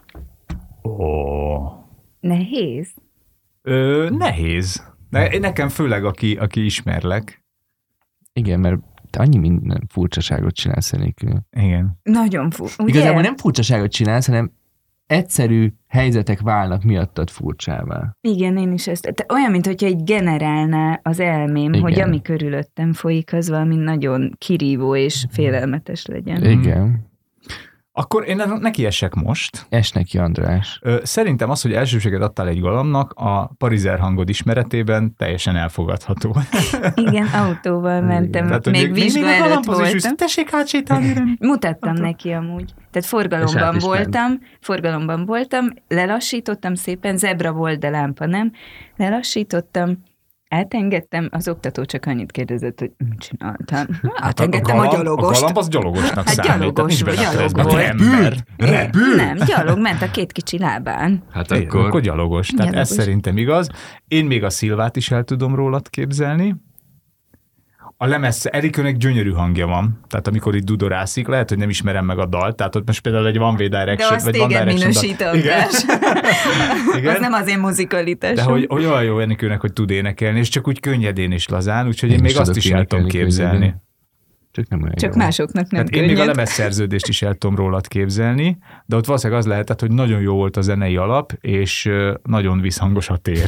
Ó. Nehéz? Ö, nehéz. Ne, nekem főleg, aki, aki ismerlek. Igen, mert te annyi minden furcsaságot csinálsz nélkül. Igen. Nagyon furcsa. Igazából nem furcsaságot csinálsz, hanem egyszerű helyzetek válnak miattad furcsává. Igen, én is ezt. Te olyan, mint hogyha így generálná az elmém, igen, hogy ami körülöttem folyik, az valami nagyon kirívó és félelmetes legyen. Igen. Akkor én neki esek most. Es neki, András. Szerintem az, hogy elsőséget adtál egy galambnak, a parizer hangod ismeretében teljesen elfogadható. Igen, autóval mentem, tehát, még, még vizsga előtt voltam. Is, tessék átsétálni. Mutattam neki amúgy. Tehát forgalomban voltam, forgalomban voltam, lelassítottam szépen, zebra volt, de lámpa nem. Lelassítottam, átengedtem, az oktató csak annyit kérdezett, hogy mit csináltam. Átengedtem a, a, a gyalogos. A galamb az gyalogosnak hát számít. Gyalogos, vagy gyalog volt. Repül? Repül? Nem, gyalog, ment a két kicsi lábán. Hát akkor, akkor gyalogos. Tehát gyalogos. Ez szerintem igaz. Én még a szilvát is el tudom rólad képzelni. A lemez, Erikőnek gyönyörű hangja van, tehát amikor itt dudorászik, lehet, hogy nem ismerem meg a dalt, tehát ott most például egy One Way Direction, de azt vagy téged One minősítem. Igen. Igen. Az nem az én muzikalitásom. De hogy olyan jó Erikőnek, hogy tud énekelni, és csak úgy könnyedén és lazán, úgyhogy én, én még azt is el tudom képzelni. Csak nem olyan Csak jó. másoknak nem hát könnyed. Én még a lemezszerződést is el tudom rólad képzelni, de ott valószínűleg az lehetett, hogy nagyon jó volt a zenei alap, és nagyon visszhangos a tér.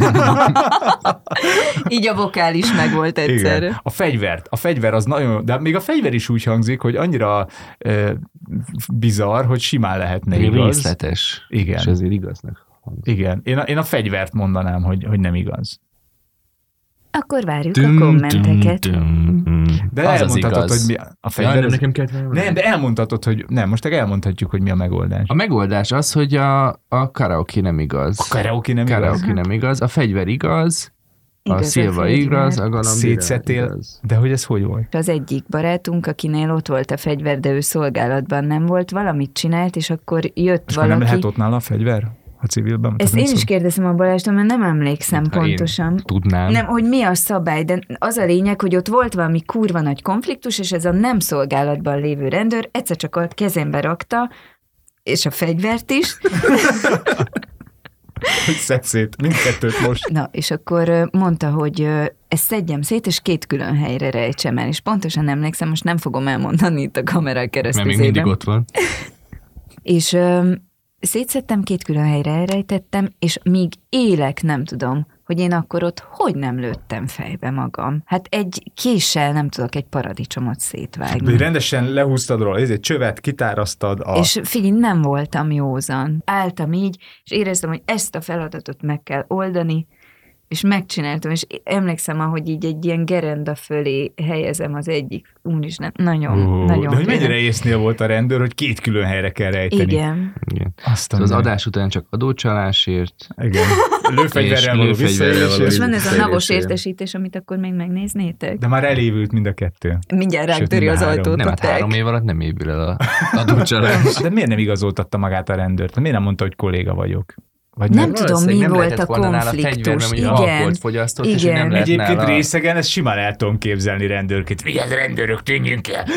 Így a vokál is megvolt egyszerre. Igen. A fegyvert, a fegyver az nagyon, de még a fegyver is úgy hangzik, hogy annyira e, bizarr, hogy simán lehetne igaz. igaz. Részletes. Igen. És ezért igaznak hangzik. Igen. Én a, én a fegyvert mondanám, hogy, hogy nem igaz. Akkor várjuk dum, a kommenteket. Dum, dum. De az elmondhatod, az hogy mi a fegyver... Ja, nem, nekem kellett nem, de elmondhatod, hogy nem, most elmondhatjuk, hogy mi a megoldás. A megoldás az, hogy a, a karaoke nem igaz. A karaoke nem karaoke igaz? nem igaz, a fegyver igaz, igaz a szilva igaz, a galamb szétszettél, igaz. De hogy ez hogy volt? Az egyik barátunk, akinél ott volt a fegyver, de ő szolgálatban nem volt, valamit csinált, és akkor jött és valaki... nem lehet ott nála a fegyver? A civilben? Ezt én is kérdezem a Balástól, mert nem emlékszem ha pontosan. Tudnám. Nem, hogy mi a szabály, de az a lényeg, hogy ott volt valami kurva nagy konfliktus, és ez a nem szolgálatban lévő rendőr egyszer csak a kezembe rakta, és a fegyvert is. Hogy szedd szét, mindkettőt most. Na, és akkor mondta, hogy ezt szedjem szét, és két külön helyre rejtsem el, és pontosan emlékszem, most nem fogom elmondani itt a kamerák keresztül. Mert még mindig ott van. És szétszedtem, két külön helyre elrejtettem, és míg élek, nem tudom, hogy én akkor ott hogy nem lőttem fejbe magam. Hát egy késsel nem tudok egy paradicsomot szétvágni. De rendesen lehúztad róla, ez egy csövet, kitárasztad. A... És figyelj, nem voltam józan. Álltam így, és éreztem, hogy ezt a feladatot meg kell oldani, és és megcsináltam, és emlékszem, ahogy így egy ilyen gerenda fölé helyezem az egyik, úristen, nagyon, uh, nagyon. De hogy mennyire észnél volt a rendőr, hogy két külön helyre kell rejteni. Igen. Igen. Aztán az adás után csak adócsalásért. Igen. Lőfegyverrel való visszaélésért. És van ez a navos értesítés, amit akkor még megnéznétek? De már elévült mind a kettő. Mindjárt ránk töri az ajtót. Nem, hát három év alatt nem épül el a adócsalás. De miért nem igazoltatta magát a rendőrt? Miért nem mondta, hogy kolléga vagyok? Vagy nem, nem tudom, mi nem volt a konfliktus. Igen. Alkoholt fogyasztott, igen. És nem lehet Egyébként nála... részegen ezt simán el tudom képzelni rendőrként. Vigyázz, rendőrök, tűnjünk el!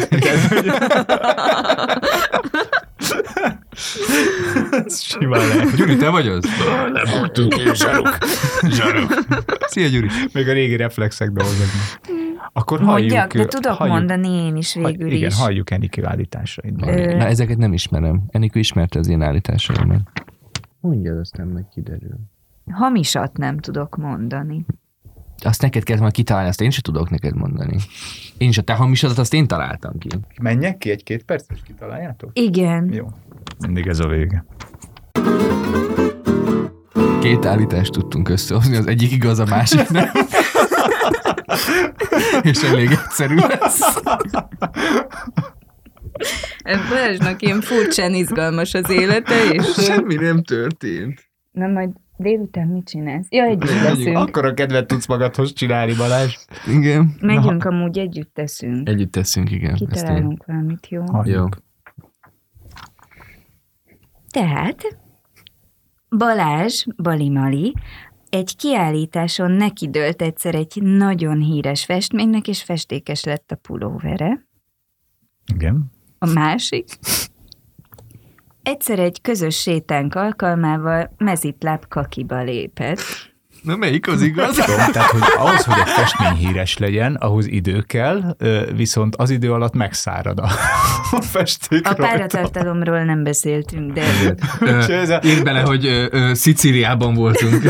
Ez simán lehet. Gyuri, te vagy az? Nem voltunk én, zsaruk. Zsaruk. Szia, Gyuri. Még a régi reflexek dolgoznak. Akkor mondjak, halljuk, de tudok halljuk, mondani én is végül igen, is. Igen, halljuk Enikő állításait. Ö... Na, ezeket nem ismerem. Enikő ismerte az én állításaimat. Mondjad, aztán meg kiderül. Hamisat nem tudok mondani. Azt neked kellett már kitalálni, azt én sem tudok neked mondani. Én is a te hamisadat, azt én találtam ki. Menjek ki egy-két perc, és kitaláljátok? Igen. Jó. Mindig ez a vége. Két állítást tudtunk összehozni, az egyik igaz, a másik nem. És elég egyszerű lesz. Balázsnak ilyen furcsán izgalmas az élete, és... Semmi nem történt. Na majd délután mit csinálsz? Ja, együtt leszünk. Akkor a kedvet tudsz magadhoz csinálni, Balázs. Igen. Megyünk, na. Amúgy együtt teszünk. Együtt teszünk, igen. Kitalálunk valamit, jó? Jó. Tehát Balázs, Balimali, egy kiállításon nekidőlt egyszer egy nagyon híres festménynek, és festékes lett a pulóvere. Igen. A másik. Egyszer egy közös sétánk alkalmával mezitláb kakiba lépett. Na melyik az igaz? Tudom, tehát, hogy ahhoz, hogy egy festmény híres legyen, ahhoz idő kell, viszont az idő alatt megszárad a festék. A páratartalomról nem beszéltünk, de... Írd bele, hogy ö, ö, Szicíliában voltunk.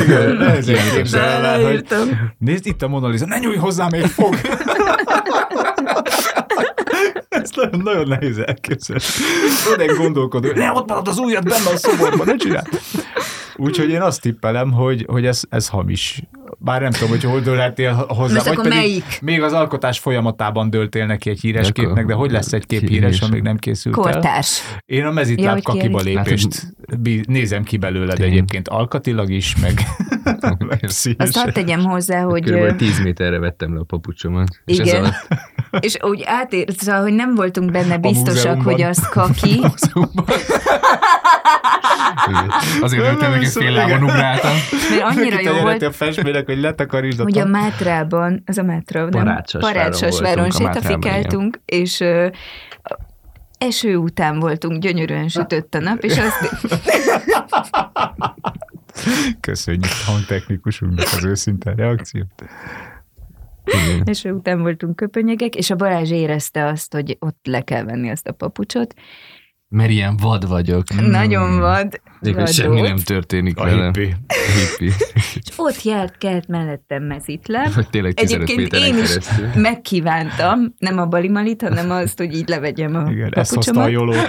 Nézd, itt a Mona Lisa, ne nyújj hozzá, még fog! Ez nagyon, nagyon nehéz elképzelni. Tudod, gondolkodó, ne ott marad az ujjad benne a szoborban, ne csinálj! Úgyhogy én azt tippelem, hogy, hogy ez, ez hamis. Bár nem tudom, hogy hol dőlhettél hozzá. Most vagy akkor pedig melyik? Még az alkotás folyamatában dőltél neki egy híres Akkor képnek, de hogy lesz egy kép híres, amíg nem készült el? Kortárs. Én a mezitláb Ja, kakiba lépést nézem ki belőled Tény. egyébként alkatilag is, meg, meg Azt hadd tegyem hozzá, hogy... Körülbelül tíz méterre vettem le a papucsomat. És igen. Ez a... És úgy átért, szóval, hogy nem voltunk benne biztosak, múzeumban. hogy az kaki. Azért ültem, hogy fél lábon ugráltam. Mert annyira jó volt, a festménynek, hogy letakarítsd a hogy a Mátrában, az a Mátra, nem? Parácsasváron Parácsasváron voltunk, a Mátrában, sétafikáltunk, és ö, eső után voltunk, gyönyörűen sütött a nap, és azt... Köszönjük a hangtechnikusunknak az őszinte reakciót. Igen. Eső után voltunk köpönyegek, és a Balázs érezte azt, hogy ott le kell venni azt a papucsot. Mert ilyen vad vagyok. Nagyon vad. Még semmi nem történik A velem. hippi. Hippi. És ott járt, kelt mellettem mezitláb. Hogy tényleg tizenöt Egyébként méteren én is keresztül. megkívántam, nem a balimalit, hanem azt, hogy így levegyem a Igen, ezt hozta a papucsomat. jóló.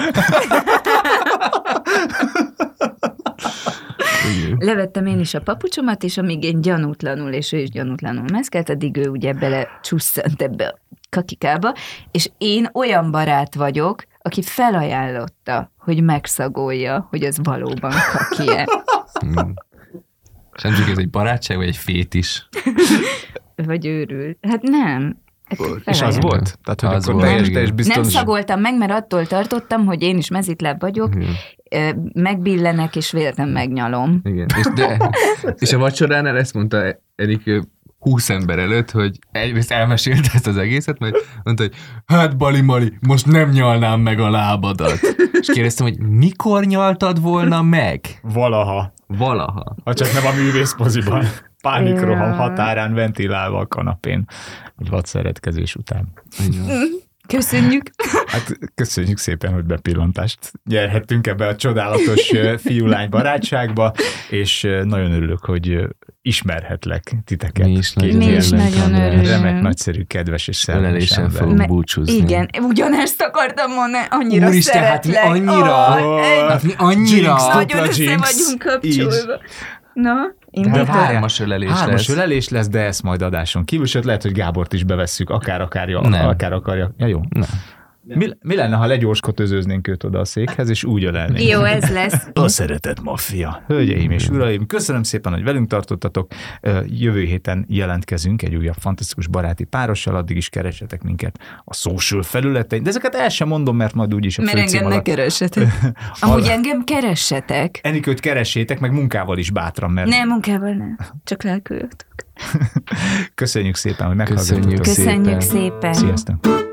Levettem én is a papucsomat, és amíg én gyanútlanul, és ő is gyanútlanul meszkelt, addig ő ugye bele csusszant ebbe a kakikába, és én olyan barát vagyok, aki felajánlotta, hogy megszagolja, hogy az valóban kaki-e. Hmm. És nem csak ez egy barátság, vagy egy fétis? Vagy őrült. Hát nem. És az volt? Tehát, hogy Az akkor volt, teljes, igen. teljes Nem biztonság. szagoltam meg, mert attól tartottam, hogy én is mezitláb vagyok, Igen. megbillenek, és véletlen megnyalom. Igen. És, de, és a vacsoránál ezt mondta Enikő húsz ember előtt, hogy egyrészt elmesélte ezt az egészet, majd mondta, hogy hát Bali-Mali, most nem nyalnám meg a lábadat. És kérdeztem, hogy mikor nyaltad volna meg? Valaha. Valaha. Ha csak nem a művészmoziban. Pánikroham Ja. határán ventilálva a kanapén. Egy vadszeretkezés után. Köszönjük! Hát köszönjük szépen, hogy bepillantást nyerhettünk ebbe a csodálatos fiú-lány barátságba, és nagyon örülök, hogy ismerhetlek titeket. Mi is Két nagyon Mi is ilyen nagyon örülünk. remek, nagyszerű, kedves és szellemes Ölelésen ember. fogunk Me- búcsúzni. Igen, ugyanezt akartam mondani, annyira Úristen, hát mi szeretlek. annyira, Oh, hát mi annyira. Jinx. nagyon Dupla össze Jinx. vagyunk kapcsolva. Na? De hármas ölelés Hármas lesz. ölelés lesz, de ezt majd adáson kívül, sőt lehet, hogy Gábort is bevesszük, akár akarja, Nem. akár akarja. Ja, jó. Nem. Mi, mi lenne, ha legyorskotözőznénk őt oda a székhez, és úgy ölelnénk? Jó, ez lesz. A szeretet maffia. Hölgyeim és uraim, köszönöm szépen, hogy velünk tartottatok. Jövő héten jelentkezünk egy újabb fantasztikus baráti párossal, addig is keressetek minket a social felületein. De ezeket el sem mondom, mert majd úgyis a Mert főcím engem ne alatt... keressetek. Amúgy engem keressetek. Enikőt keressétek, meg munkával is bátran, mert... Nem, munkával nem. Csak lelkülök. Köszönjük szépen, hogy Köszönjük meghallgattatok. Köszönjük szépen. Sziasztok!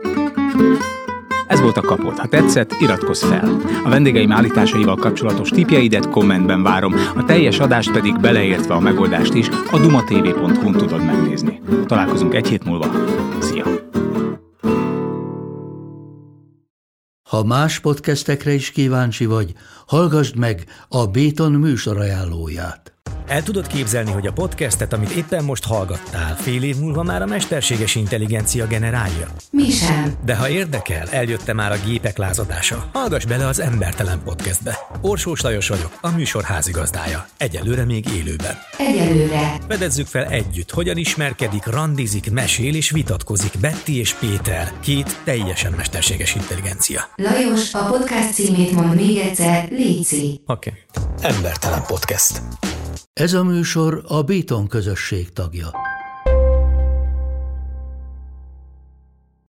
Ez volt a Kapod. Ha tetszett, iratkozz fel. A vendégeim állításaival kapcsolatos tippjeidet kommentben várom, a teljes adást pedig beleértve a megoldást is a dumatv pont hu-n tudod megnézni. Találkozunk egy hét múlva. Szia! Ha más podcastekre is kíváncsi vagy, hallgassd meg a Béton műsor ajánlóját. El tudod képzelni, hogy a podcastet, amit éppen most hallgattál, fél év múlva már a mesterséges intelligencia generálja? Mi sem. De ha érdekel, eljött már a gépek lázadása. Hallgass bele az Embertelen Podcastbe. Orsós Lajos vagyok, a műsor házigazdája. Egyelőre még élőben. Egyelőre. Fedezzük fel együtt, hogyan ismerkedik, randizik, mesél és vitatkozik Betty és Péter, két teljesen mesterséges intelligencia. Lajos, a podcast címét mond még egyszer, léci. Oké. Okay. Embertelen Podcast. Ez a műsor a Béton közösség tagja.